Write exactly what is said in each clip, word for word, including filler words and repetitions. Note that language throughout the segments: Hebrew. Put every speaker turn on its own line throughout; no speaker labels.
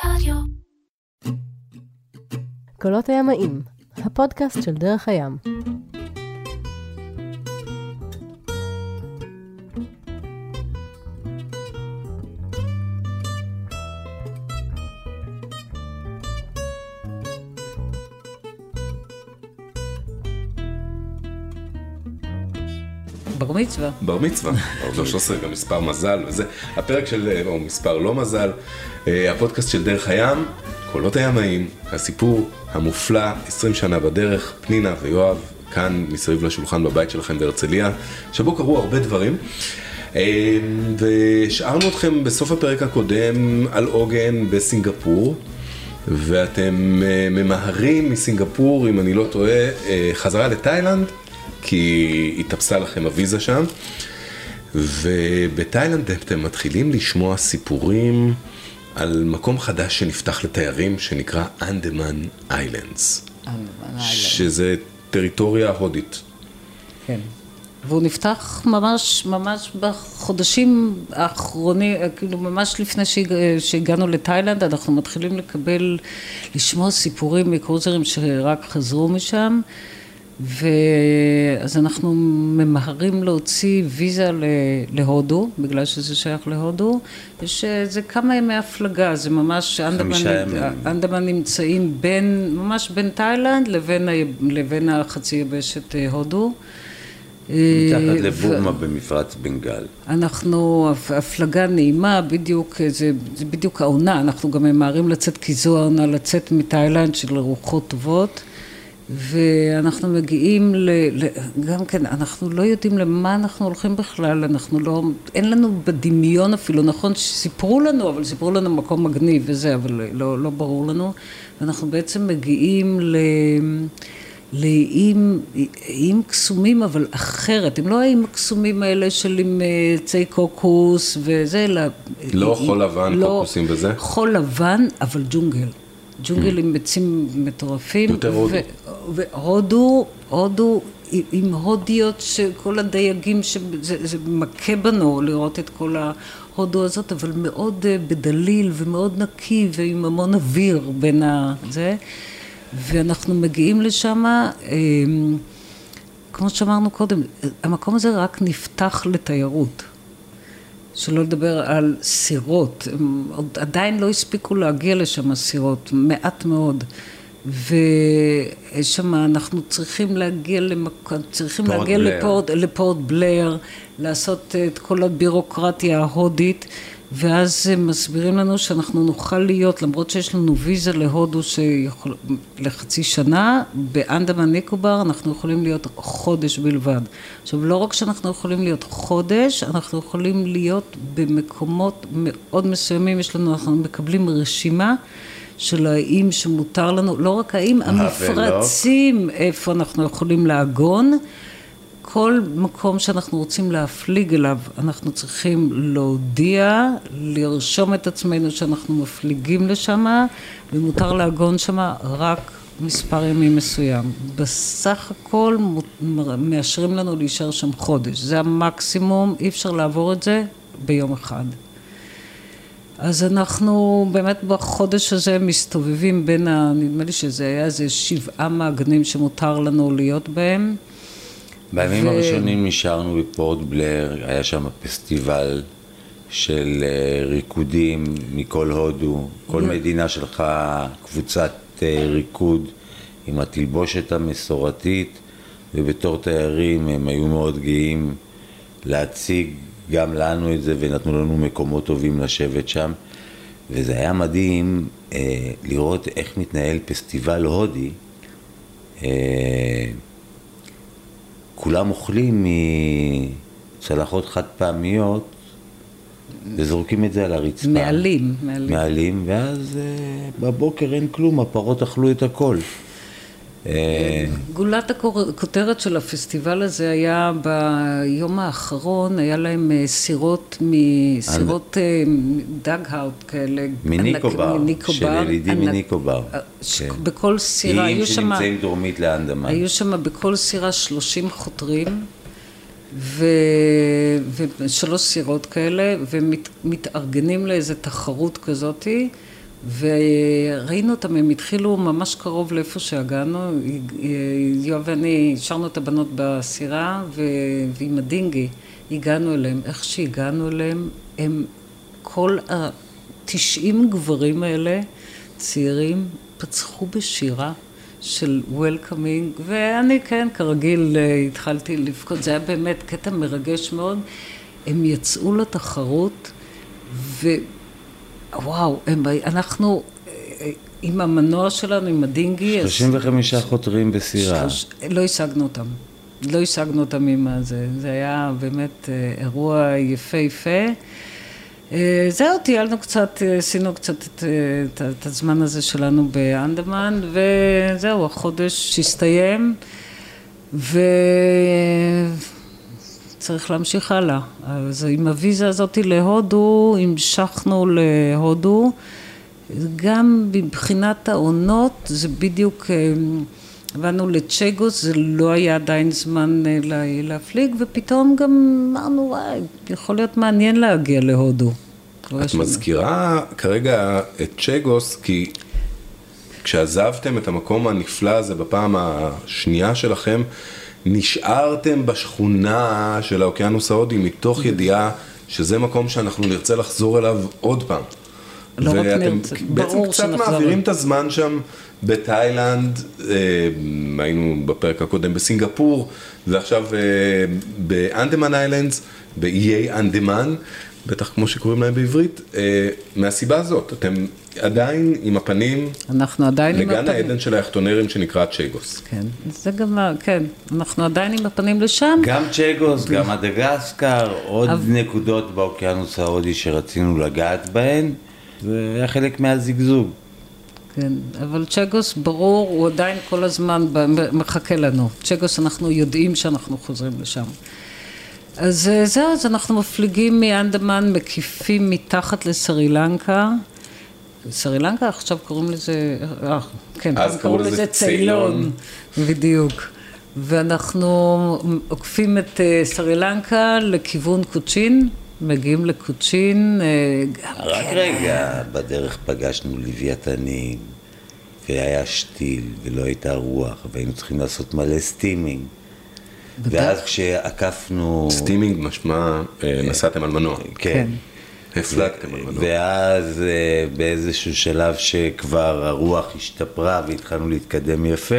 רדיו.
קולות הימאים, הפודקאסט של דרך הים.
בר מצווה.
בר מצווה, שלוש עשרה, גם מספר מזל וזה. הפרק של, או מספר לא מזל, הפודקאסט של דרך הים, קולות הימאים, הסיפור המופלא, עשרים שנה בדרך, פנינה ויואב, כאן מסביב לשולחן בבית שלכם בהרצליה, שבו קרו הרבה דברים. ושארנו אתכם בסוף הפרק הקודם על עוגן בסינגפור, ואתם ממהרים מסינגפור, אם אני לא טועה, חזרה לתאילנד, כי התאפסה לכם הוויזה שם, ובתאילנד אתם מתחילים לשמוע סיפורים על מקום חדש שנפתח לתיירים, שנקרא אנדמן איילנדס, שזה טריטוריה הודית.
כן, והוא נפתח ממש, ממש בחודשים האחרונים, כאילו ממש לפני שהגענו לתאילנד, אנחנו מתחילים לקבל, לשמוע סיפורים מקרוזרים שרק חזרו משם, ואז אנחנו ממהרים להוציא ויזה להודו, בגלל שזה שייך להודו. יש זה כמה ימי הפלגה, זה ממש אנדמן נמצאים בין, ממש בין תאילנד לבין, לבין החצי יבשת הודו.
מתחת לבורמה במפרץ בנגל.
אנחנו, הפלגה נעימה, בדיוק, זה, זה בדיוק העונה, אנחנו גם ממהרים לצאת, כי זו העונה לצאת מתאילנד של רוחות טובות. ואנחנו מגיעים ל, ל... גם כן, אנחנו לא יודעים למה אנחנו הולכים בכלל, אנחנו לא... אין לנו בדמיון אפילו, נכון, שסיפרו לנו, אבל סיפרו לנו מקום מגניב וזה, אבל לא, לא ברור לנו. ואנחנו בעצם מגיעים ל... לאיים, איים קסומים, אבל אחרת. הם לא האיים הקסומים האלה של עם צי קוקוס וזה, אלא...
לא חול לבן, לא, קוקוסים וזה?
חול לבן, אבל ג'ונגל. ג'ונגל עם עצים מטורפים.
יותר הודו.
והודו, הודו עם הודיות שכל הדייגים, שזה, זה מכה בנו לראות את כל ההודו הזאת, אבל מאוד בדליל ומאוד נקי ועם המון אוויר בין זה. ואנחנו מגיעים לשם, כמו שאמרנו קודם, המקום הזה רק נפתח לתיירות. שלא לדבר על סירות, הם עוד עדיין לא הספיקו להגיע לשם סירות, מעט מאוד, ושם אנחנו צריכים להגיע, למק... צריכים להגיע לפורט, לפורט בלר, לעשות את כל הבירוקרטיה ההודית, ואז הם מסבירים לנו שאנחנו נוכל להיות, למרות שיש לנו ויזה להודו שיכול, לחצי שנה, באנדמן ניקובר אנחנו יכולים להיות חודש בלבד. עכשיו, לא רק שאנחנו יכולים להיות חודש, אנחנו יכולים להיות במקומות מאוד מסוימים, יש לנו, אנחנו מקבלים רשימה של האיים שמותר לנו, לא רק האיים, המפרצים, איפה אנחנו יכולים לעגון, כל מקום שאנחנו רוצים להפליג אליו, אנחנו צריכים להודיע, לרשום את עצמנו שאנחנו מפליגים לשם, ומותר לעגון שם רק מספר ימים מסוים. בסך הכל מאשרים לנו להישאר שם חודש. זה המקסימום, אי אפשר לעבור את זה ביום אחד. אז אנחנו באמת בחודש הזה מסתובבים בין, ה, נדמה לי שזה היה איזה שבעה מעגנים שמותר לנו להיות בהם,
בימים ו... הראשונים נשארנו בפורט בלר, היה שם פסטיבל של ריקודים מכל הודו, כל מדינה שלך קבוצת ריקוד עם התלבושת המסורתית, ובתור תיירים הם היו מאוד גאים להציג גם לנו את זה, ונתנו לנו מקומות טובים לשבת שם, וזה היה מדהים אה, לראות איך מתנהל פסטיבל הודי, אה, כולם אוכלים מצלחות חד פעמיות וזורקים את זה על הרצפה.
מעלים. מעלים.
מעלים, ואז בבוקר אין כלום, הפרות אכלו את הכל.
גולת הכותרת של הפסטיבל הזה היה ביום האחרון, היה להם סירות מסירות דאג-האוט כאלה.
מניקובר, של ילידים מניקובר.
בכל סירה,
איים שנמצאים דרומית לאנדמן.
היו שם בכל סירה שלושים חותרים, ושלוש סירות כאלה, ומתארגנים לאיזו תחרות כזאת, וראינו אותם, הם התחילו ממש קרוב לאיפה שהגענו, יואב ואני השארנו את הבנות בסירה, ועם הדינגי הגענו אליהם, איך שהגענו אליהם, הם כל ה-תשעים גברים האלה, צעירים, פצחו בשירה של וולקאמינג, ואני כן, כרגיל, התחלתי לבכות, זה היה באמת קטע מרגש מאוד, הם יצאו לתחרות, ווואו, הם, אנחנו עם המנוע שלנו, עם הדינגי,
שלושים וחמישה חותרים בסירה.
שלוש, לא השגנו אותם, לא השגנו אותם עם זה, זה היה באמת אירוע יפה יפה, זהו, טיילנו קצת, עשינו קצת את, את, את הזמן הזה שלנו באנדמן, וזהו, החודש הסתיים, וצריך להמשיך הלאה. אז עם הוויזה הזאת להודו, המשכנו להודו, גם מבחינת העונות, זה בדיוק, הבאנו לצ'גוס, זה לא היה עדיין זמן להפליג, ופתאום גם אמרנו, וואי, יכול להיות מעניין להגיע להודו.
את מזכירה כרגע את צ'גוס, כי כשעזבתם את המקום הנפלא הזה בפעם השנייה שלכם, נשארתם בשכונה של האוקיינוס ההודי, מתוך ידיעה שזה מקום שאנחנו נרצה לחזור אליו עוד פעם.
לא רק נרצה,
בעצם קצת מעבירים את הזמן שם בתאילנד, היינו בפרק הקודם בסינגפור, ועכשיו באנדמן איילנדס, באיי אנדמן, בטח כמו שקוראים להם בעברית, מהסיבה הזאת, אתם עדיין עם הפנים,
אנחנו עדיין עם
לגן העדן של היחטונרים שנקרא צ'גוס.
כן, זה גם, כן, אנחנו עדיין עם הפנים לשם.
גם צ'גוס, גם מדגסקר, עוד נקודות באוקיינוס ההודי שרצינו לגעת בהן, זה היה חלק מהזיגזוג.
כן, אבל צ'גוס ברור, הוא עדיין כל הזמן מחכה לנו. צ'גוס אנחנו יודעים שאנחנו חוזרים לשם. אז זהו, אז אנחנו מפליגים מאנדמן, מקיפים מתחת לסרילנקה. סרילנקה, עכשיו קוראים לזה, אה, כן,
אז קראו לזה ציילון.
בדיוק. ואנחנו עוקפים את סרילנקה לכיוון קוצ'ין, מגיעים לקוצ'ין.
רק רגע, בדרך פגשנו לוויתנים, והיה שתיל, ולא הייתה רוח, והיינו צריכים לעשות מלא סטימינג. ואז כשעקפנו...
סטימינג משמע, נסעתם על מנוע.
כן.
הפלגתם על מנוע.
ואז באיזשהו שלב שכבר הרוח השתפרה והתחלנו להתקדם יפה,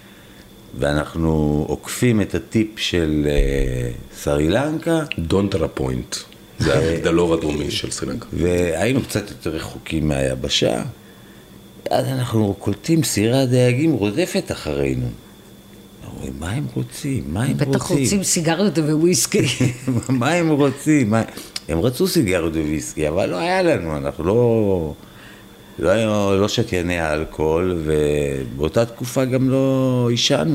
ואנחנו עוקפים את הטיפ של סרילנקה.
דונטרה פוינט. זה המגדלור הדרומי של סרילנקה.
והיינו קצת יותר רחוקים מהיבשה. אז אנחנו קולטים סירת דייגים רודפת אחרינו. מה הם רוצים? מה הם רוצים?
בטח רוצים סיגריות וויסקי.
מה הם רוצים? הם רצו סיגריות וויסקי, אבל לא היה לנו, אנחנו לא... לא שתייני האלכוהול, ובאותה תקופה גם לא אישנו.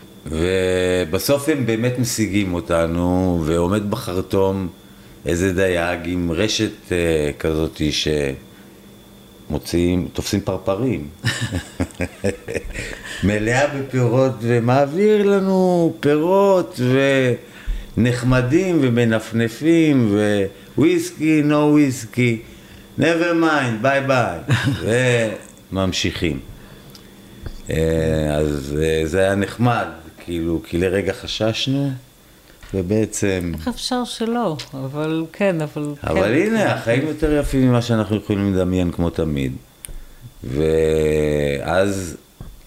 ובסוף הם באמת משיגים אותנו, ועומד בחרטום איזה דייג עם רשת כזאת שמוציאים, תופסים פרפרים. מלאה בפירות, ומעביר לנו פירות ונחמדים ומנפנפים, וויסקי, נו וויסקי, never mind, ביי ביי, וממשיכים. אז זה היה נחמד, כאילו, כי לרגע חששנו, ובעצם...
איך אפשר שלא, אבל כן, אבל...
אבל הנה, החיים יותר יפים ממה שאנחנו יכולים לדמיין כמו תמיד. ואז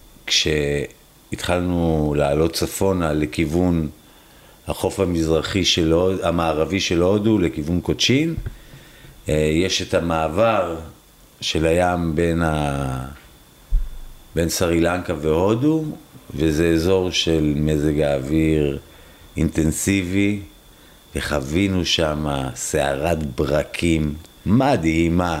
כשהתחלנו לעלות צפונה לכיוון החוף המזרחי של הודו, המערבי של הודו, לכיוון קוצ'ין, יש את המעבר של הים בין, ה... בין סרילנקה והודו, וזה אזור של מזג האוויר אינטנסיבי, וחווינו שם סערת ברקים מדהימה,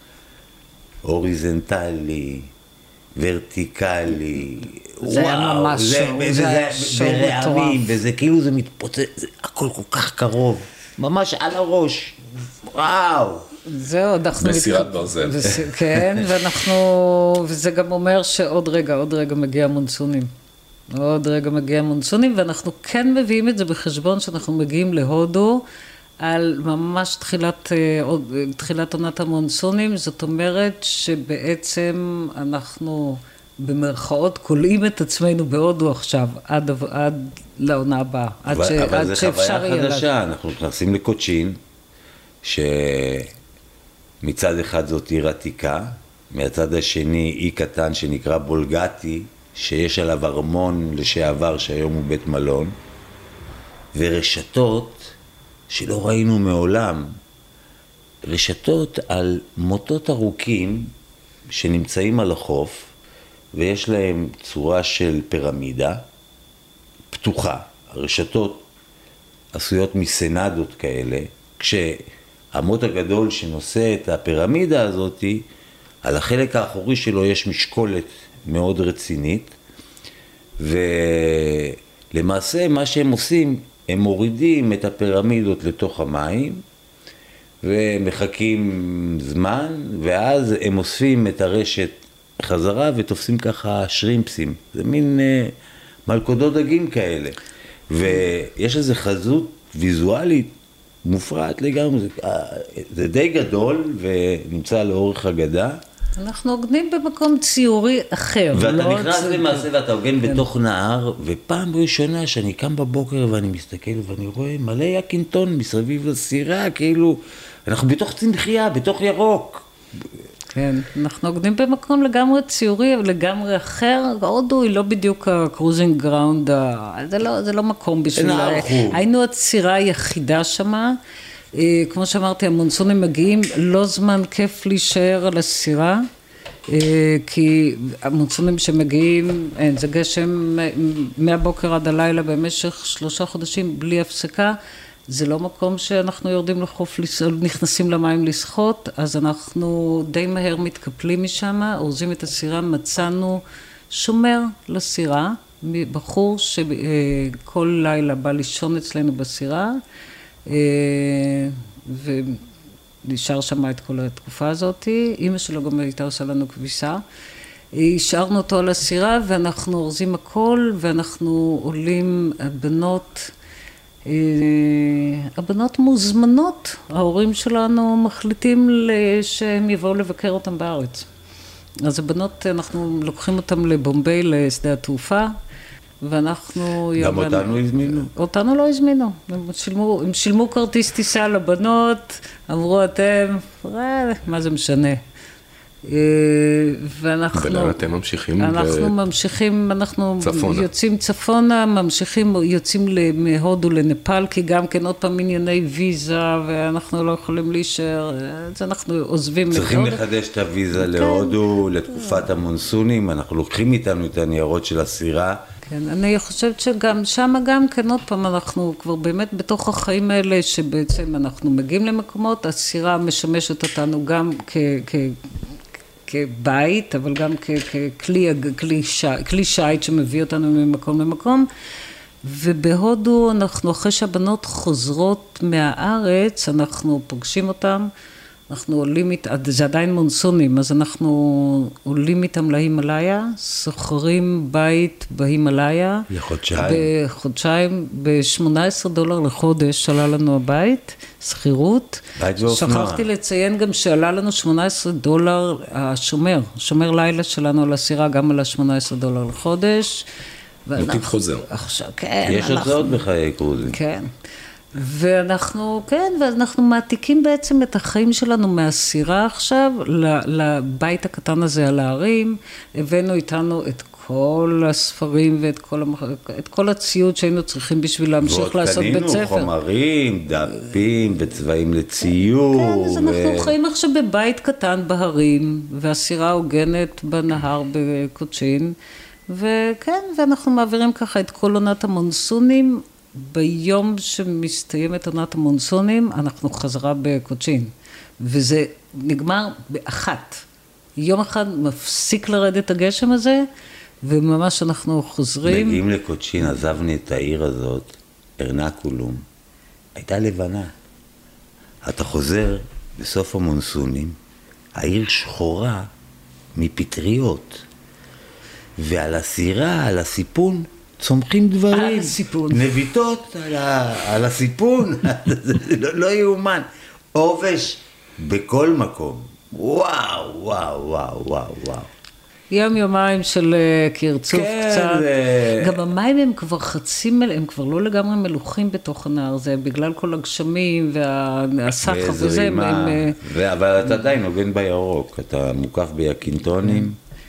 הוריזנטלי, ורטיקלי,
זה היה ממש שור, זה היה שור מטורף.
וזה כאילו זה מתפוצץ, זה הכל כל כך קרוב, ממש על הראש, וואו.
זהו, אנחנו...
מסירת ברזל.
כן, ואנחנו, וזה גם אומר שעוד רגע, עוד רגע מגיע מונסונים. עוד רגע מגיע מונסונים, ואנחנו כן מביאים את זה בחשבון שאנחנו מגיעים להודו, על ממש תחילת, תחילת עונת המונסונים, זאת אומרת שבעצם אנחנו במרכאות קולעים את עצמנו בהודו עכשיו, עד, עד לעונה הבאה, עד,
אבל,
ש,
אבל
עד
זה
שאפשר
חוויה חדשה, אנחנו נכנסים לקוצ'ין, שמצד אחד זאת עיר עתיקה, מהצד השני אי קטן שנקרא בולגטי, שיש עליו ארמון לשעבר שהיום הוא בית מלון, ורשתות שלא ראינו מעולם, רשתות על מוטות ארוכים שנמצאים על החוף, ויש להם צורה של פירמידה פתוחה. הרשתות עשויות מסנדות כאלה, כשהמוט הגדול שנושא את הפירמידה הזאת, על החלק האחורי שלו יש משקולת מאוד רצינית, ולמעשה מה שהם עושים, הם מורידים את הפירמידות לתוך המים, ומחכים זמן, ואז הם אוספים את הרשת חזרה, ותופסים ככה שרימפסים. זה מין אה, מלכודות דגים כאלה. ויש איזו חזות ויזואלית מופרעת לגמרי. זה, זה די גדול, ונמצא לאורך הגדה.
אנחנו עוגנים במקום ציורי אחר.
ואתה
לא
נכנס
זה...
למעשה ואתה עוגן
כן.
בתוך נהר, ופעם ראשונה שאני קם בבוקר ואני מסתכל ואני רואה מלא יקינטון מסביב לסירה, כאילו, אנחנו בתוך צמחייה, בתוך ירוק.
כן, אנחנו עוגנים במקום לגמרי ציורי, אבל לגמרי אחר. הודו היא לא בדיוק הקרוזינג גראונד, זה לא, זה לא מקום בשביל... היינו הצירה היחידה שמה. כמו שאמרתי, המונסונים מגיעים, לא זמן כיף להישאר על הסירה, כי המונסונים שמגיעים, אין, זה גשם מהבוקר עד הלילה במשך שלושה חודשים בלי הפסקה, זה לא מקום שאנחנו יורדים לחוף, נכנסים למים לשחות, אז אנחנו די מהר מתקפלים משם, אורזים את הסירה, מצאנו שומר לסירה, בחור שכל לילה בא לישון אצלנו בסירה, ונשאר שם את כל התקופה הזאת. אמא שלו גם הייתה עושה לנו כביסה. השארנו אותו על הסירה ואנחנו אורזים הכל, ואנחנו עולים, הבנות, הבנות מוזמנות, ההורים שלנו מחליטים שהם יבואו לבקר אותם בארץ. אז הבנות, אנחנו לוקחים אותם לבומביי, לשדה התעופה, ואנחנו...
גם אותנו הזמינו?
אותנו לא הזמינו. הם שילמו, הם שילמו כרטיס טיסה לבנות, אמרו אתם, מה זה משנה? ואנחנו...
ולאן אתם ממשיכים?
אנחנו ממשיכים, אנחנו יוצאים צפונה, ממשיכים, יוצאים מהודו לנפאל, כי גם כן עוד פעם ענייני ויזה, ואנחנו לא יכולים להישאר, אז אנחנו עוזבים את הודו.
צריכים לחדש את הוויזה להודו, לתקופת המונסונים, אנחנו לוקחים איתנו את הניירות של הסירה.
כן, אני חושבת שגם שם גם כן, עוד פעם, אנחנו כבר באמת בתוך החיים האלה, שבעצם אנחנו מגיעים למקומות, הסירה משמשת אותנו גם כ... כ כבית, אבל גם ככלי, כלי, כלי שייט שמביא אותנו ממקום למקום. ובהודו אנחנו, אחרי שהבנות חוזרות מהארץ, אנחנו פוגשים אותם, אנחנו עולים איתם, זה עדיין מונסונים, אז אנחנו עולים איתם להימלאיה, סוחרים בית בהימלאיה.
לחודשיים.
בחודשיים, ב-שמונה עשרה דולר לחודש עלה לנו הבית, שכירות.
בית ואופנוע.
שכחתי לציין גם שעלה לנו שמונה עשרה דולר השומר, שומר לילה שלנו על הסירה, גם עלה שמונה עשרה דולר לחודש.
מוטיב חוזר.
עכשיו, כן.
יש הוצאות בחיי קרוזים.
כן. ואנחנו, כן, ואנחנו מעתיקים בעצם את החיים שלנו מהסירה עכשיו לבית הקטן הזה על ההרים, הבאנו איתנו את כל הספרים ואת כל, את כל הציוד שהיינו צריכים בשביל להמשיך לעשות בית ספר.
ועוד קנינו חומרים, דפים וצבעים לציור.
כן, אז אנחנו חיים עכשיו בבית קטן בהרים, והסירה הוגנת בנהר בקוצ'ין, וכן, ואנחנו מעבירים ככה את כל עונת המונסונים. ביום שמסתיימת עונת המונסונים, אנחנו חזרה בקוצ'ין, וזה נגמר באחת. יום אחד מפסיק לרדת הגשם הזה, וממש אנחנו חוזרים.
מגיעים לקוצ'ין, עזבנו את העיר הזאת, ארנקולום, הייתה לבנה. אתה חוזר בסוף המונסונים, העיר שחורה מפטריות, ועל הסירה, על הסיפון, צומחים דברים.
על הסיפון.
נביטות על, ה, על הסיפון, זה לא, לא יאומן. עובש בכל מקום. וואו, וואו, וואו, וואו, וואו.
יום יומיים של קרצוף
כן,
קצת.
זה...
גם המים הם כבר חצי מל... הם כבר לא לגמרי מלוכים בתוך הנהר, זה בגלל כל הגשמים והסחף וזה. הם, הם...
ו... אבל אתה עדיין נוגן בירוק, אתה מוקף בייקינטונים.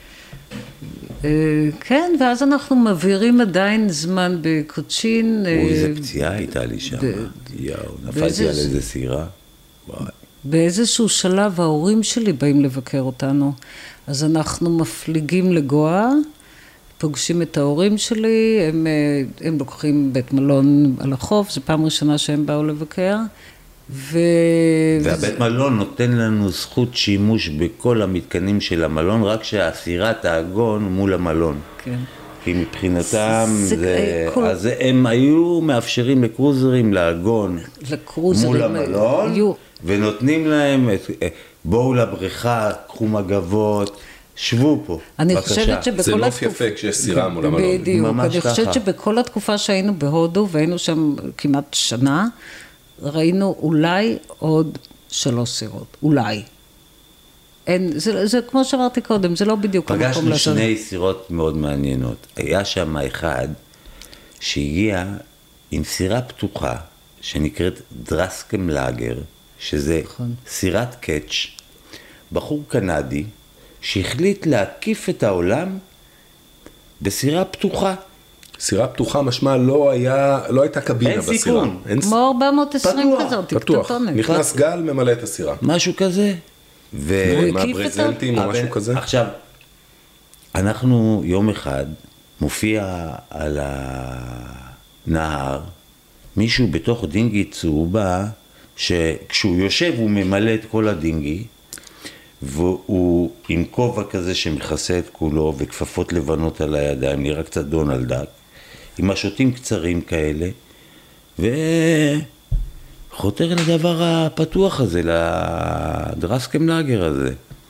כן, ואז אנחנו מעבירים עדיין זמן בקוצ'ין.
אוי, איזה פציעה הייתה לי שם. יאו, נפלתי על איזה סירה.
באיזשהו שלב ההורים שלי באים לבקר אותנו, אז אנחנו מפליגים לגואה, פוגשים את ההורים שלי, הם, הם לוקחים בית מלון על החוף, זו פעם ראשונה שהם באו לבקר. ו...
והבית מלון נותן לנו זכות שימוש בכל המתקנים של המלון, רק שהסירה תעגון מול המלון.
כן.
כי מבחינתם,
זה...
זה...
כל...
אז הם היו מאפשרים לקרוזרים לעגון
לקרוזרים...
מול המלון, היו... ונותנים להם, את... בואו לבריכה, קחו מגבות, שבו פה,
אני
בבקשה.
חושבת שבכל
זה נוף יפה כשיש סירה מול המלון.
בדיוק, אני חושבת שבכל התקופה שהיינו בהודו, והיינו שם כמעט שנה, ראינו אולי עוד שלוש סירות, אולי. אין, זה, זה כמו שאמרתי קודם, זה לא בדיוק המקום לעשות.
פגשנו שני סירות מאוד מעניינות. היה שם אחד שהגיע עם סירה פתוחה, שנקראת דרסקם לאגר, שזה נכון. סירת קאץ', בחור קנדי, שהחליט להקיף את העולם בסירה פתוחה.
סירה פתוחה משמע לא היה, לא הייתה קבינה
אין
בסירה.
סיכון.
אין סיכון.
כמו ארבע מאות ועשרים
פתוח,
כזאת,
פתוח.
קטנטונת.
נכנס גל, ממלא את הסירה.
משהו כזה. ו...
מהברזנטים או משהו כזה?
עכשיו, אנחנו יום אחד מופיע על הנהר, מישהו בתוך דינגי צהובה, שכשהוא יושב הוא ממלא את כל הדינגי, והוא עם כובע כזה שמכסה את כולו, וכפפות לבנות על הידיים, נראה קצת דונלד דאק, עם השוטים קצרים כאלה, וחותר לדבר הפתוח הזה, לדרסקם לאגר הזה.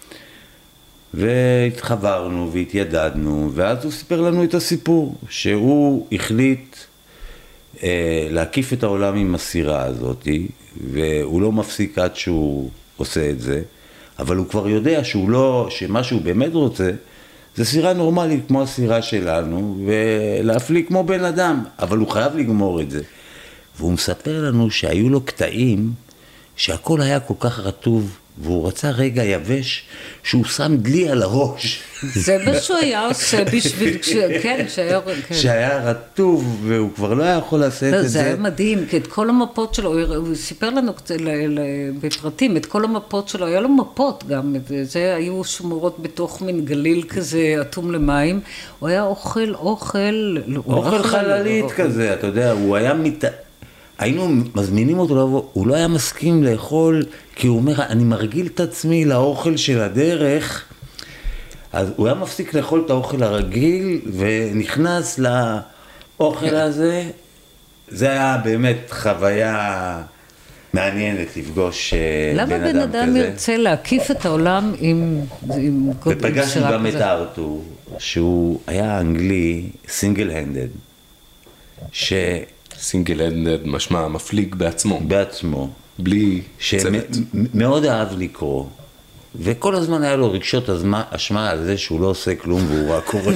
והתחברנו והתיידדנו, ואז הוא סיפר לנו את הסיפור, שהוא החליט אה, להקיף את העולם עם הסירה הזאת, והוא לא מפסיק עד שהוא עושה את זה, אבל הוא כבר יודע שהוא לא, שמה שהוא באמת רוצה, זה סירה נורמלית כמו הסירה שלנו, ולהפליג כמו בן אדם, אבל הוא חייב לגמור את זה. והוא מספר לנו שהיו לו קטעים, שהכל היה כל כך רטוב, והוא רצה רגע יבש, שהוא שם דלי על הראש.
זה מה שהוא היה עושה בשביל, כן, שהיה...
שהיה רטוב, והוא כבר לא היה יכול לעשות את זה.
זה היה מדהים, כי את כל המפות שלו, הוא סיפר לנו בפרטים, את כל המפות שלו, היה לו מפות גם, זה היו שמורות בתוך מין גליל כזה, אטום למים, הוא היה אוכל, אוכל...
אוכל חללית כזה, אתה יודע, הוא היה מת... היינו מזמינים אותו לבוא, הוא לא היה מסכים לאכול, כי הוא אומר, אני מרגיל את עצמי לאוכל של הדרך, אז הוא היה מפסיק לאכול את האוכל הרגיל, ונכנס לאוכל הזה, זה היה באמת חוויה מעניינת לפגוש בן אדם כזה.
למה בן אדם ירצה להקיף את העולם עם גודל שרק כזה?
ופגשנו גם את ארתור, שהוא היה אנגלי, סינגל הנדד, ש...
סינגל הנדד משמע מפליג בעצמו.
בעצמו.
בלי צוות.
שמאוד אהב לקרוא, וכל הזמן היה לו רגשות אשמה על זה שהוא לא עושה כלום והוא רק קורא.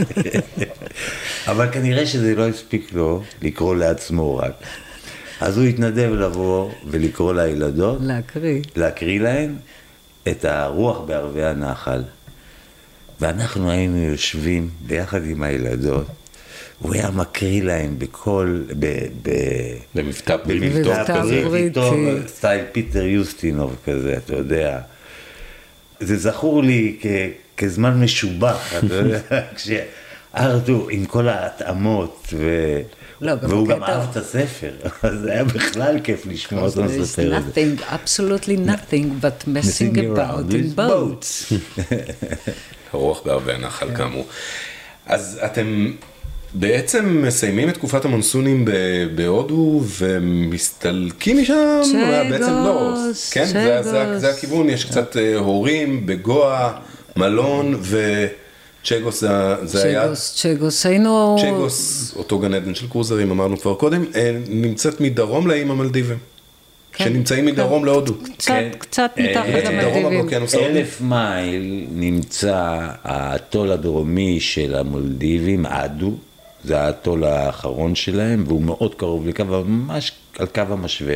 אבל כנראה שזה לא הספיק לו לקרוא לעצמו רק. אז הוא התנדב לבוא ולקרוא לילדות.
להקריא.
להקריא להן את הרוח בערבי הנחל. ואנחנו היינו יושבים ביחד עם הילדות, הוא היה מקריא להם בכל,
במבטא בריטי
טוב, סטייל פיטר יוסטינוב כזה, אתה יודע. זה זכור לי כזמן משובח, אתה יודע, כשארתור עם כל ההתאמות, והוא גם אהב את הספר, אז זה היה בכלל כיף לשמוע אותו לספר הזה.
There's nothing, absolutely nothing, but messing about in boats.
הרוח בערבי הנחל כאמור. אז אתם... בעצם מסיימים את תקופת המונסונים בהודו ומסתלקים משם, בעצם לא, כן, זה, זה, זה הכיוון, יש קצת הורים בגואה, מלון צ'גוס זה היה...
צ'גוס, צ'גוס, היינו...
צ'גוס, אותו גן עדן של קרוזרים, אמרנו כבר קודם, נמצאת מדרום לאיים המלדיבים, שנמצאים מדרום להודו.
קצת מתחת למלדיבים.
אלף מייל נמצא האטול הדרומי של המולדיבים, אדו, זה האטול האחרון שלהם, והוא מאוד קרוב לקו, ממש על קו המשווה.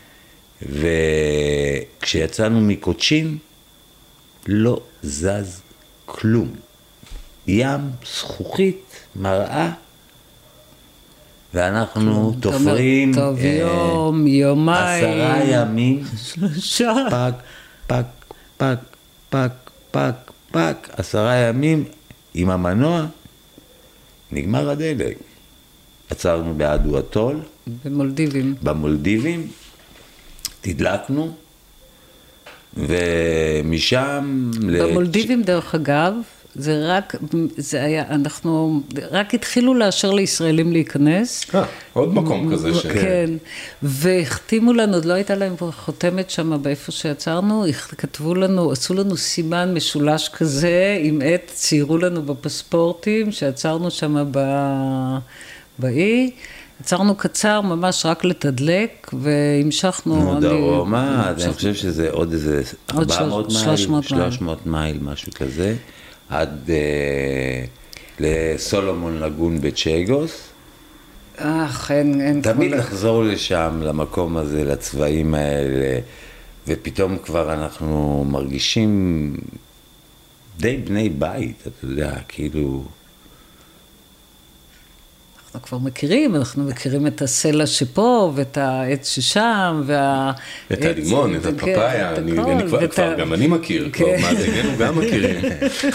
וכשיצאנו מקוצ'ין, לא זז כלום. ים, זכוכית, מראה, ואנחנו תופרים
טוב יום, יומיים,
עשרה ימים,
שלושה,
פק, פק, פק, פק, פק, פק, עשרה ימים עם המנוע, נגמר הדלק. עצרנו באדו אטול,
במולדיבים,
במולדיבים, תדלקנו, ומשם...
במולדיבים דרך אגב, זה רק, זה היה, אנחנו רק התחילו לאשר לישראלים להיכנס.
אה, עוד מקום כזה ש...
כן, והחתימו לנו, עוד לא הייתה להם חותמת שם באיפה שיצרנו, כתבו לנו, עשו לנו סימן משולש כזה, עם עת, ציירו לנו בפספורטים, שיצרנו שם באי, יצרנו קצר ממש רק לתדלק, והמשכנו...
דרומה, אני חושב שזה עוד איזה ארבע מאות מייל, שלוש מאות מייל, משהו כזה. עד אה, לסולומון לגון בצ'גוס.
אך, אין, אין
תמיד
כל...
לחזור לשם, למקום הזה, לצבעים האלה, ופתאום כבר אנחנו מרגישים די בני בית, אתה יודע, כאילו...
אנחנו כבר מכירים, אנחנו מכירים את הסלע שפה, ואת העץ ששם, וה...
את הלימון, את הפפאיה, גם אני מכיר, מה דגנו גם מכירים.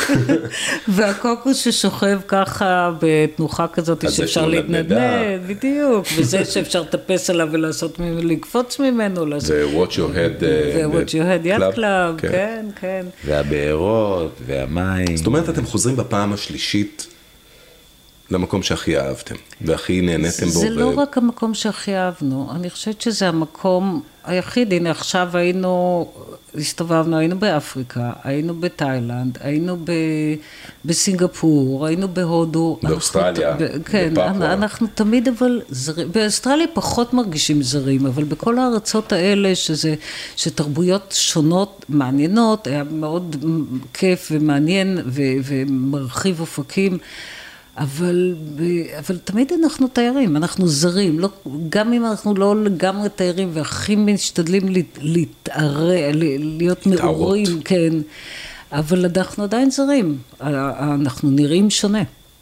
והקוקוס ששוכב ככה בתנוחה כזאת שאפשר להתנדנד, בדיוק, וזה שאפשר לטפס עליו ולעשות ממנו, לקפוץ ממנו.
זה Watch Your Head
Watch Your Head יד קלאב, כן, כן.
והבארות, והמים.
זאת אומרת, אתם חוזרים בפעם השלישית, למקום שהכי אהבתם, והכי נהניתם בו.
זה לא רק המקום שהכי אהבנו, אני חושבת שזה המקום היחיד, הנה עכשיו היינו, הסתובבנו, היינו באפריקה, היינו בתאילנד, היינו בסינגפור, היינו בהודו.
באוסטרליה,
כן, אנחנו תמיד אבל, באוסטרליה פחות מרגישים זרים, אבל בכל הארצות האלה, שזה, שתרבויות שונות מעניינות, היה מאוד כיף ומעניין ומרחיב אופקים, אבל, אבל תמיד אנחנו תיירים, אנחנו זרים, לא, גם אם אנחנו לא לגמרי תיירים, והכי משתדלים להתערה, להיות מעורים, כן, אבל אנחנו עדיין זרים, אנחנו נראים שונה.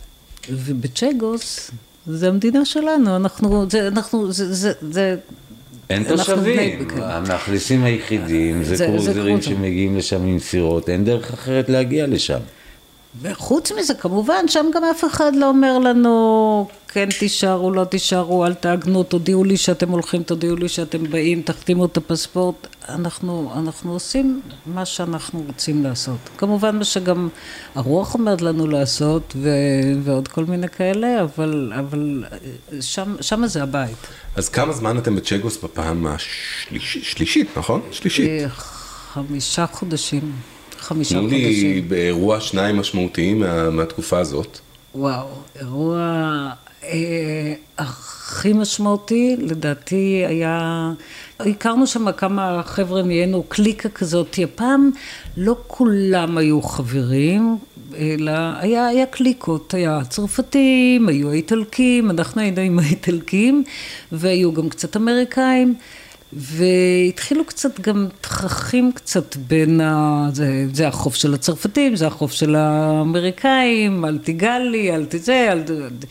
ובצ'גוס, זה המדינה שלנו, אנחנו, זה, אנחנו, זה, זה, זה
אין תושבים, המאכלסים היחידים, זה קרוזרים שמגיעים לשם עם סירות, אין דרך אחרת להגיע לשם.
וחוץ מזה, כמובן, שם גם אף אחד לא אומר לנו, כן תישארו, לא תישארו, אל תאגנו, תודיעו לי שאתם הולכים, תודיעו לי שאתם באים, תחתימו את הפספורט. אנחנו, אנחנו עושים מה שאנחנו רוצים לעשות. כמובן, מה שגם הרוח אומרת לנו לעשות, ו, ועוד כל מיני כאלה, אבל, אבל שם, שם זה הבית.
אז כמה זמן אתם בצ'גוס בפעם השלישית, נכון? שלישית.
חמישה חודשים. חמישה
חודשים. תנו לי באירוע שניים משמעותיים מה, מהתקופה הזאת.
וואו, אירוע אה, הכי משמעותי, לדעתי היה, הכרנו שם כמה חבר'ה נהיינו קליקה כזאת, הפעם לא כולם היו חברים, אלא היה, היה קליקות, היה צרפתים, היו האיטלקים, אנחנו היינו עם האיטלקים, והיו גם קצת אמריקאים, והתחילו קצת גם תככים קצת בין, ה... זה, זה החוף של הצרפתים, זה החוף של האמריקאים, אל תיגע לי, אל תזה, אל...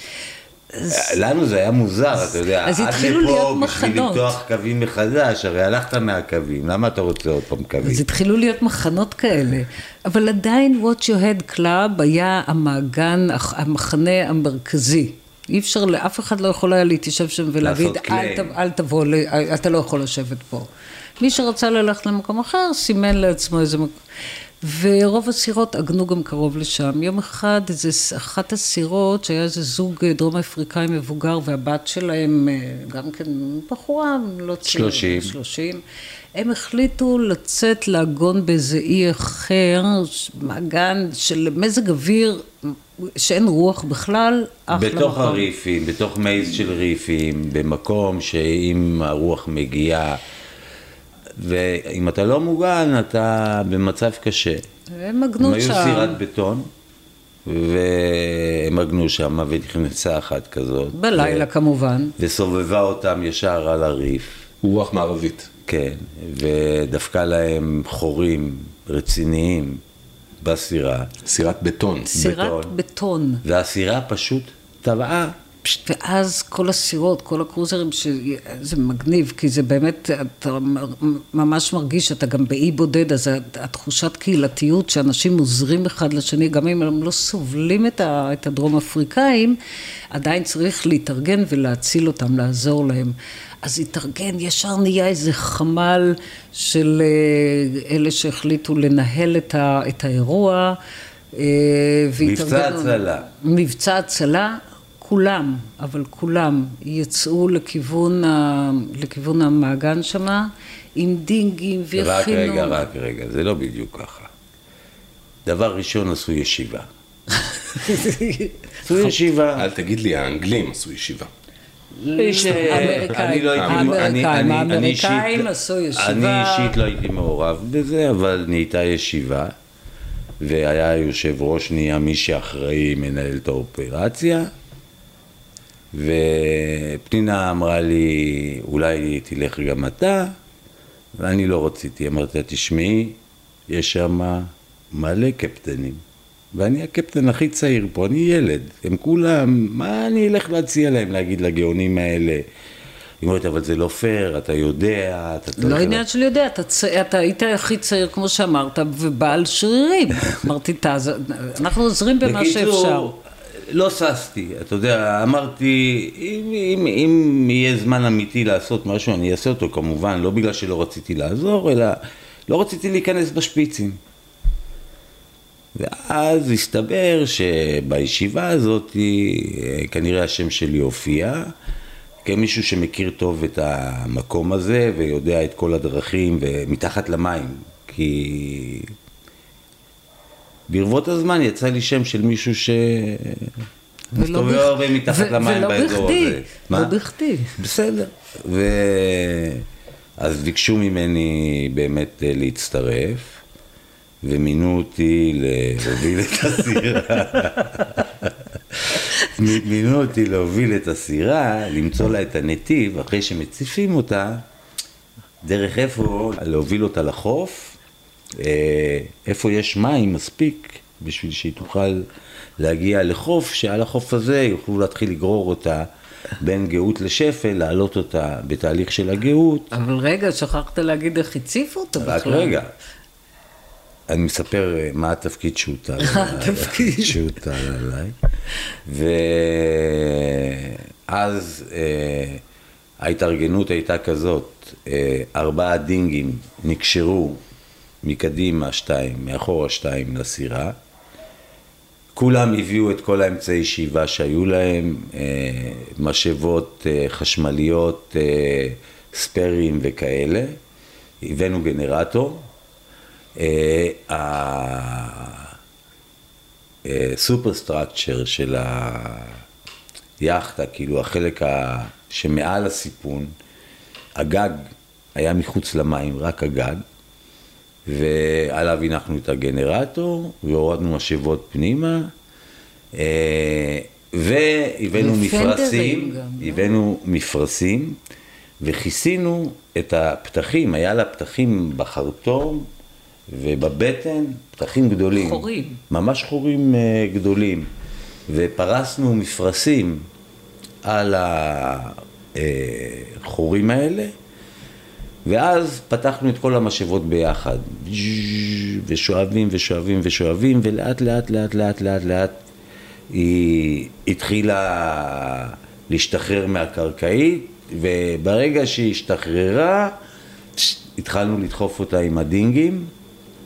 לנו זה היה מוזר, אתה יודע,
אז התחילו להיות מחנות.
בשביל לפתוח קווים מחדש, הרי הלכת מהקווים, למה אתה רוצה עוד פעם קווים?
אז התחילו להיות מחנות כאלה, אבל עדיין Watch Your Head Club היה המעגן, המחנה המרכזי. אי אפשר, לאף אחד לא יכול היה להתיישב שם ולהגיד, אל, אל תבוא, אתה לא יכול לשבת פה. מי שרצה ללכת למקום אחר, סימן לעצמו איזה מקום. ורוב הסירות עגנו גם קרוב לשם. יום אחד, איזה, אחת הסירות, שהיה איזה זוג דרום אפריקאי מבוגר, והבת שלהם, גם כן בחורה, לא צעירה,
שלושים.
שלושים, הם החליטו לצאת לעגון באיזה אי אחר, מעגן של מזג אוויר, שאין רוח בכלל,
בתוך הריפים, בתוך מייז של ריפים, במקום שאם הרוח מגיעה, ואם אתה לא מוגן, אתה במצב קשה.
הם עגנו שם.
הם היו סירת בטון, והם עגנו שם, ונכנסה אחת כזאת.
בלילה
ו...
כמובן.
וסובבה אותם ישר על הריף.
רוח מערבית.
כן, ודווקא להם חורים רציניים בסירה.
סירת בטון.
סירת בטון. בטון.
והסירה פשוט טבעה.
ואז כל הסירות, כל הקרוזרים, שזה מגניב, כי זה באמת, אתה ממש מרגיש, אתה גם באי בודד, אז התחושת קהילתיות שאנשים עוזרים אחד לשני, גם אם הם לא סובלים את הדרום אפריקאים, עדיין צריך להתארגן ולהציל אותם, לעזור להם. אז התארגן, ישר נהיה איזה חמ"ל של אלה שהחליטו לנהל את האירוע.
מבצע הצלה.
מבצע הצלה. כולם, אבל כולם יצאו לכיוון, ה... לכיוון המעגן שמה, עם דינגים והכינו.
רק רגע, רק רגע, זה לא בדיוק ככה. דבר ראשון עשו ישיבה. עשו ישיבה.
אל תגיד לי, האנגלים עשו ישיבה.
האמריקאים, האמריקאים עשו ישיבה.
אני אישית לא הייתי מעורב בזה, אבל נהייתה ישיבה, והיה יושב ראש, נהיה מי שאחראי מנהל את האופרציה, ופנינה אמרה לי, אולי תלך גם אתה, ואני לא רציתי, אמרתי, תשמעי, יש שם מלא קפטנים, ואני הקפטן הכי צעיר פה, אני ילד, הם כולם, מה אני אלך להציע להם, להגיד לגאונים האלה, היא אומרת, אבל זה לא פייר, אתה יודע, אתה
לא עניין של יודע, אתה היית הכי צעיר, כמו שאמרת, ובעל שרירים, אמרתי, אנחנו עוזרים במה שאפשר.
לא ססתי, אתה יודע, אמרתי, אם, אם, אם יהיה זמן אמיתי לעשות משהו, אני אעשה אותו כמובן, לא בגלל שלא רציתי לעזור, אלא לא רציתי להיכנס בשפיצים. ואז הסתבר שבישיבה הזאת, כנראה השם שלי הופיע, כמישהו שמכיר טוב את המקום הזה, ויודע את כל הדרכים, ומתחת למים, כי ברבות הזמן יצא לי שם של מישהו ש... מסתובב הרבה מתחת למים באזור הזה.
ולא בכדי.
בסדר. אז ביקשו ממני באמת להצטרף, ומינו אותי להוביל את הסירה. מינו אותי להוביל את הסירה, למצוא לה את הנתיב, אחרי שמציפים אותה, דרך איפה להוביל אותה לחוף, איפה יש מים מספיק בשביל שהיא תוכל להגיע לחוף, שעל החוף הזה יוכלו להתחיל לגרור אותה בין גאות לשפל, להעלות אותה בתהליך של הגאות.
אבל רגע, שכחת להגיד איך הציפו אותו בכלל.
רק רגע, אני מספר מה התפקיד שהוטל
התפקיד
שהוטל עליי. ואז ההתארגנות הייתה כזאת, ארבעה דינגים נקשרו מקדימה שתיים, מאחורה שתיים לסירה. כולם הביאו את כל האמצעי שאיבה שהיו להם, משאבות חשמליות, ספרים וכאלה. הבאנו גנרטור. הסופרסטרקצ'ר של היאכטה, כאילו החלק שמעל הסיפון, הגג היה מחוץ למים, רק הגג. ועליו הנחנו את הגנרטור, והורדנו משאבות פנימה, והבאנו מפרסים, הבאנו מפרסים, וכיסינו את הפתחים, היה לה פתחים בחרטום ובבטן, פתחים גדולים.
חורים.
ממש חורים גדולים, ופרסנו מפרסים על החורים האלה, ואז פתחנו את כל המשאבות ביחד, ושואבים ושואבים ושואבים, ולאט לאט לאט לאט לאט לאט היא התחילה להשתחרר מהקרקעית, וברגע שהיא השתחררה, התחלנו לדחוף אותה עם הדינגים,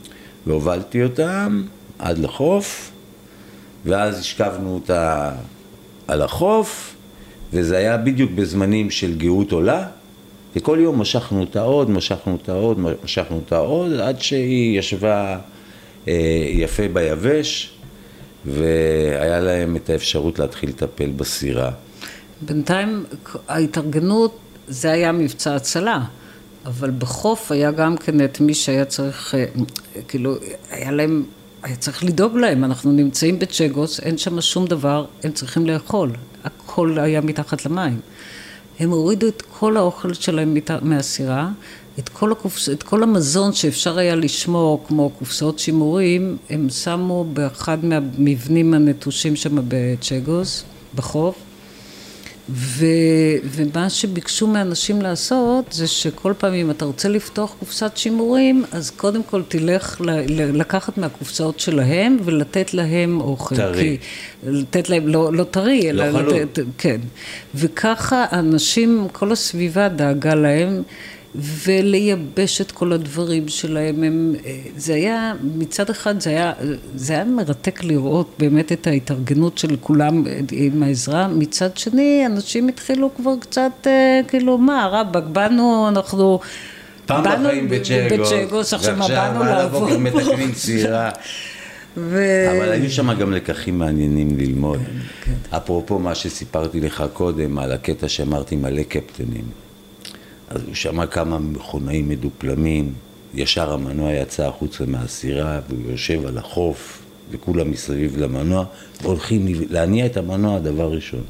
והובלתי אותם עד לחוף, ואז השכבנו אותה על החוף, וזה היה בדיוק בזמנים של גאות עולה, וכל יום משכנו אותה עוד, משכנו אותה עוד, משכנו אותה עוד, עד שהיא ישבה אה, יפה ביבש, והיה להם את האפשרות להתחיל לטפל בסירה.
בינתיים ההתארגנות, זה היה מבצע הצלה, אבל בחוף היה גם כן את מי שהיה צריך, כאילו, היה להם, היה צריך לדאוג להם, אנחנו נמצאים בצ'גוס, אין שם שום דבר, הם צריכים לאכול, הכל היה מתחת למים. הם הורידו את כל האוכל שלהם מהסירה, את כל, הקופס, את כל המזון שאפשר היה לשמור, כמו קופסאות שימורים, הם שמו באחד מהמבנים הנטושים שם בצ'גוס, בחוף, ו, ומה שביקשו מאנשים לעשות, זה שכל פעם אם אתה רוצה לפתוח קופסת שימורים, אז קודם כל תלך ל, ל, לקחת מהקופסאות שלהם, ולתת להם אוכל.
טרי.
כי, לתת להם, לא, לא טרי,
לא
אלא
חלום.
לתת, כן. וככה האנשים, כל הסביבה דאגה להם, ולייבש את כל הדברים שלהם. הם, זה היה, מצד אחד זה היה, זה היה מרתק לראות באמת את ההתארגנות של כולם עם העזרה. מצד שני, אנשים התחילו כבר קצת, כאילו, מה, רבק, באנו, אנחנו...
פעם בחיים בצ'גוס,
עכשיו מה באנו לעבוד.
ועכשיו מתקנים סירה.
ו...
אבל היו שם גם לקחים מעניינים ללמוד.
כן, כן.
אפרופו מה שסיפרתי לך קודם, על הקטע שאמרתי מלא קפטנים. אז הוא שמע כמה מכונאים מדופלמים, ישר המנוע יצא החוצה מהסירה, והוא יושב על החוף, וכולם מסביב למנוע, והולכים להניע את המנוע הדבר ראשון.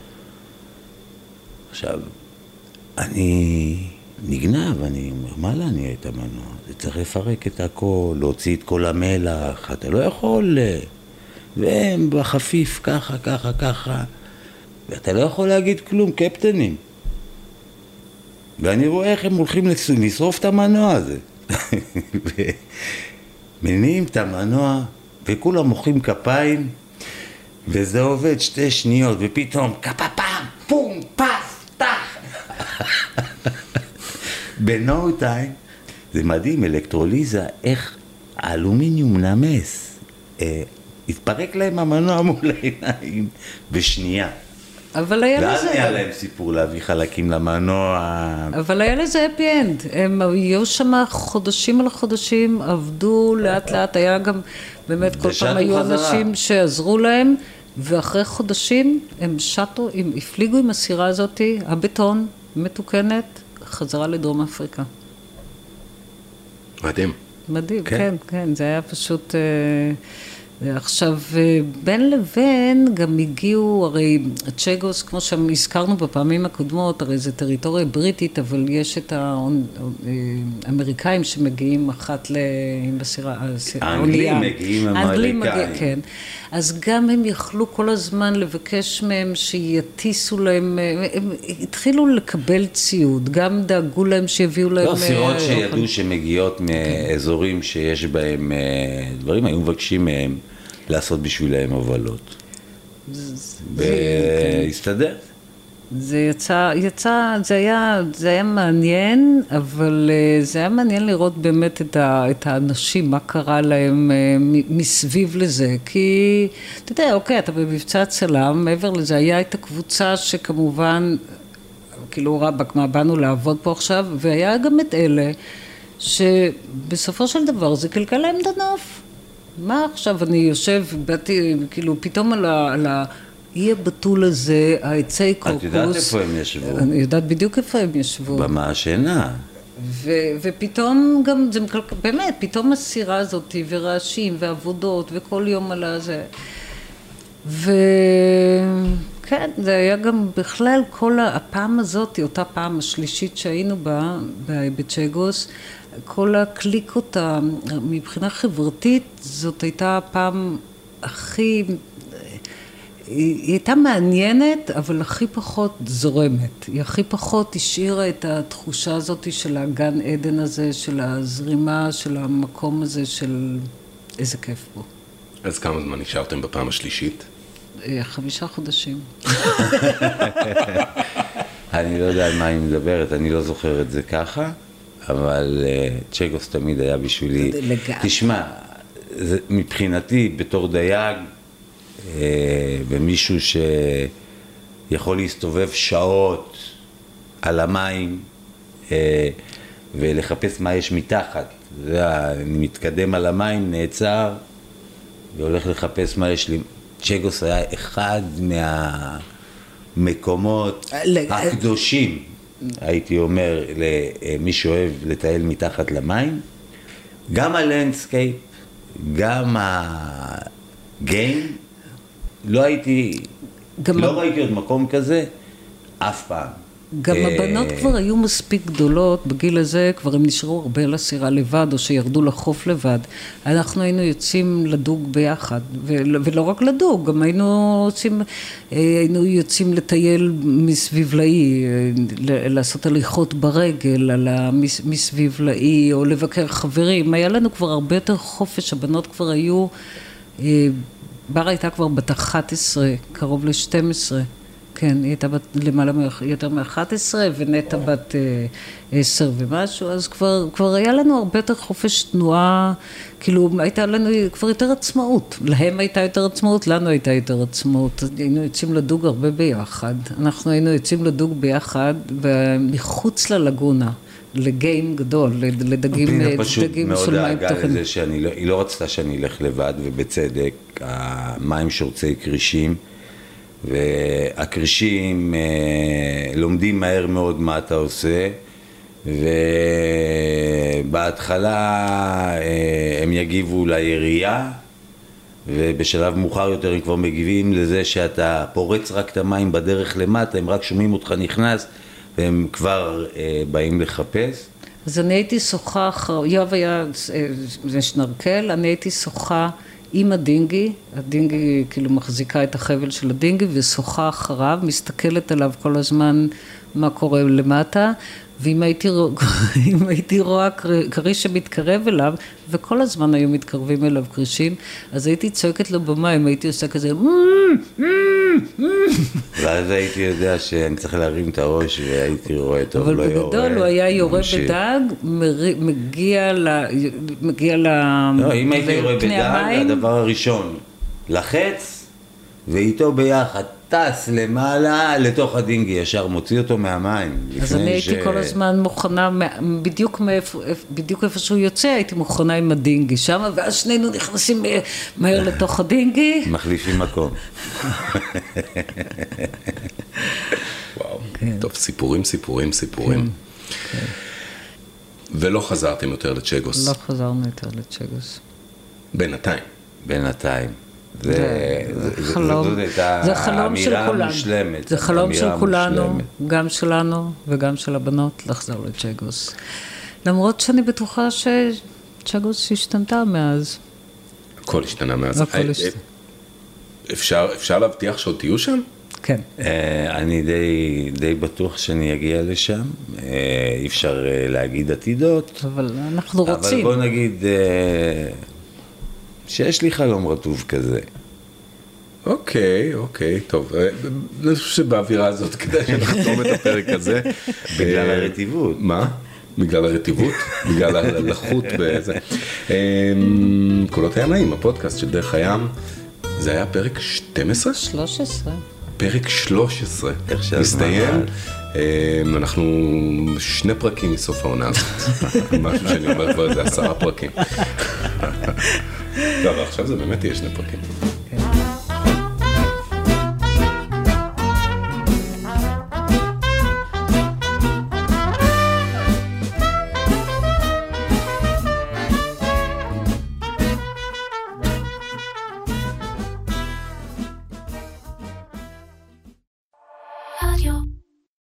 עכשיו, אני נגנב, אני אומר, מה להניע את המנוע? זה צריך לפרק את הכל, להוציא את כל המלח, אתה לא יכול, והם בחפיף ככה, ככה, ככה, ואתה לא יכול להגיד כלום, קפטנים. ואני רואה איך הם הולכים לשרוף את המנוע הזה. ומניעים את המנוע, וכולם מוחאים כפיים, וזה עובד שתי שניות, ופתאום קפפם, פום, פס, טח. בנו טיים, זה מדהים, אלקטרוליזה, איך האלומיניום נמס, אה, התפרק להם המנוע מול העיניים בשנייה.
אבל היה לזה...
ואז היה להם סיפור להביא חלקים למנוע.
אבל היה לזה הפי אנד. הם היו שם חודשים על החודשים, עבדו לאט לאט, היה גם באמת כל פעם היו אנשים שעזרו להם, ואחרי חודשים הם שטו, הם הפליגו עם הסירה הזאת, הבטון, מתוקנת, חזרה לדרום אפריקה.
מדהים.
מדהים, כן, כן, כן, זה היה פשוט... עכשיו, בין לבין גם הגיעו, הרי צ'גוס, כמו שהזכרנו בפעמים הקודמות, הרי זה טריטוריה בריטית, אבל יש את האמריקאים שמגיעים אחת עם בסירה,
האנגלים מגיעים עם האמריקאים.
כן. אז גם הם יכלו כל הזמן לבקש מהם שיטיסו להם, הם התחילו לקבל ציוד, גם דאגו להם שיביאו להם...
לא, סירות שידעו שמגיעות מאזורים שיש בהם דברים, היו מבקשים מהם לעשות בשבילהם הובלות. והסתדר.
זה יצא, יצא, זה היה, זה היה מעניין, אבל זה היה מעניין לראות באמת את, ה, את האנשים, מה קרה להם מסביב לזה, כי אתה יודע, אוקיי, אתה במבצע צלם, מעבר לזה היה את הקבוצה שכמובן, כאילו רבק, מה באנו לעבוד פה עכשיו, והיה גם את אלה, שבסופו של דבר זה קלקל להם דנוף. מה עכשיו אני יושב, באתי, כאילו, פתאום על ה... על ה אי הבטול הזה, העצי קוקוס.
את יודעת איפה הם ישבו?
אני יודעת בדיוק איפה הם ישבו.
במעשנה.
ו- ופתאום גם, זה מקלק... באמת, פתאום הסירה הזאת, ורעשים, ועבודות, וכל יום על הזה. וכן, זה היה גם בכלל כל הפעם הזאת, אותה פעם השלישית שהיינו בה, בצ'גוס, כל הקליקות, מבחינה חברתית, זאת הייתה הפעם הכי... היא הייתה מעניינת, אבל הכי פחות זורמת. היא הכי פחות השאירה את התחושה הזאת של הגן עדן הזה, של הזרימה, של המקום הזה, של איזה כיף פה.
אז כמה זמן נשארתם בפעם השלישית?
חמישה חודשים.
אני לא יודע על מה היא מדברת, אני לא זוכר את זה ככה, אבל צ'גוס תמיד היה בשבילי...
לגמרי.
תשמע, זה, מבחינתי, בתור דייג, ומישהו שיכול להסתובב שעות על המים, ולחפש מה יש מתחת. זה, אני מתקדם על המים, נעצר, והולך לחפש מה יש לי. צ'גוס היה אחד מהמקומות הקדושים, הייתי אומר, למי שאוהב לטייל מתחת למים. גם הלנדסקייפ, גם הגיים, לא הייתי, לא ראיתי עוד מקום כזה, אף פעם.
גם הבנות כבר היו מספיק גדולות, בגיל הזה כבר הם נשארו הרבה על הסירה לבד, או שירדו לחוף לבד. אנחנו היינו יוצאים לדוג ביחד, ולא רק לדוג, גם היינו יוצאים, היינו יוצאים לטייל מסביבלאי, לעשות הליכות ברגל על המסביבלאי, או לבקר חברים. היה לנו כבר הרבה יותר חופש, הבנות כבר היו, בר הייתה כבר בת אחת עשרה, קרוב ל-שתים עשרה. כן, היא הייתה בת למעלה יותר מ-אחת עשרה, ונטה בת עשר ומשהו, אז כבר, כבר היה לנו הרבה יותר חופש תנועה, כאילו הייתה לנו כבר יותר עצמאות, להם הייתה יותר עצמאות, לנו הייתה יותר עצמאות, היינו יוצאים לדוג הרבה ביחד, אנחנו היינו יוצאים לדוג ביחד, ומחוץ ללגונה, לגיים גדול, לדגים,
פנינה פשוט
דגים
מאוד
של מים
דאגה
פתוחים.
לזה שאני לא, היא לא רצתה שאני אלך לבד, ובצדק, המים שורצי קרישים, והקרישים אה, לומדים מהר מאוד מה אתה עושה, ובהתחלה אה, הם יגיבו לירייה, ובשלב מאוחר יותר הם כבר מגיבים לזה שאתה פורץ רק את המים בדרך למטה, הם רק שומעים אותך נכנס, והם כבר אה, באים לחפש.
אז אני הייתי שוחה, יואב היה שנרקל, אני הייתי שוחה עם הדינגי, הדינגי כאילו מחזיקה את החבל של הדינגי ושוחה אחריו, מסתכלת עליו כל הזמן מה קורה למטה, ואם הייתי, אם הייתי רואה קריש שמתקרב אליו, וכל הזמן היו מתקרבים אליו קרישים, אז הייתי צועקת לו במים, הייתי עושה כזה,
ואז הייתי יודע שאני צריך להרים את הראש, והייתי רואה טוב, לא יורה.
אבל בגדול הוא היה יורה בדג, מגיע ל... מגיע ל...
לא, אם הייתי יורה בדג, הדבר הראשון, לחץ, ואיתו ביחד, טס למעלה לתוך הדינגי, ישר מוציא אותו מהמים.
אז אני הייתי ש... כל הזמן מוכנה, בדיוק, מאיפה, בדיוק איפה שהוא יוצא, הייתי מוכנה עם הדינגי שם, ואז שנינו נכנסים מהר לתוך הדינגי.
מחליפים מקום.
וואו, כן. טוב, סיפורים, סיפורים, סיפורים. כן. כן. ולא חזרתם יותר לצ'גוס?
לא חזרנו יותר לצ'גוס.
בינתיים.
בינתיים.
זה, זה, זה חלום, זה חלום של כולנו, זה חלום של כולנו, גם שלנו וגם של הבנות, לחזור לצ'גוס. למרות שאני בטוחה שצ'גוס השתנתה מאז.
הכל השתנה מאז. אפשר, אפשר להבטיח שעוד תהיו שם?
כן.
אני די, די בטוח שאני אגיע לשם, אי אפשר להגיד עתידות.
אבל אנחנו רוצים.
אבל בוא נגיד... שיש לי חלום רטוב כזה.
אוקיי, אוקיי, טוב. אני חושב שבאווירה הזאת כדאי שנחתום את הפרק הזה.
בגלל הרטיבות.
מה? בגלל הרטיבות? בגלל הלחות וזה. קולות הימאים, הפודקאסט של דרך הים, זה היה פרק שתים עשרה?
שלוש עשרה.
פרק שלוש עשרה. מסתיים. אנחנו שני פרקים מסוף העונה הזאת. משהו שאני אומר כבר, זה עשרה פרקים. לא, אבל עכשיו זה באמת יהיה שני פרקים.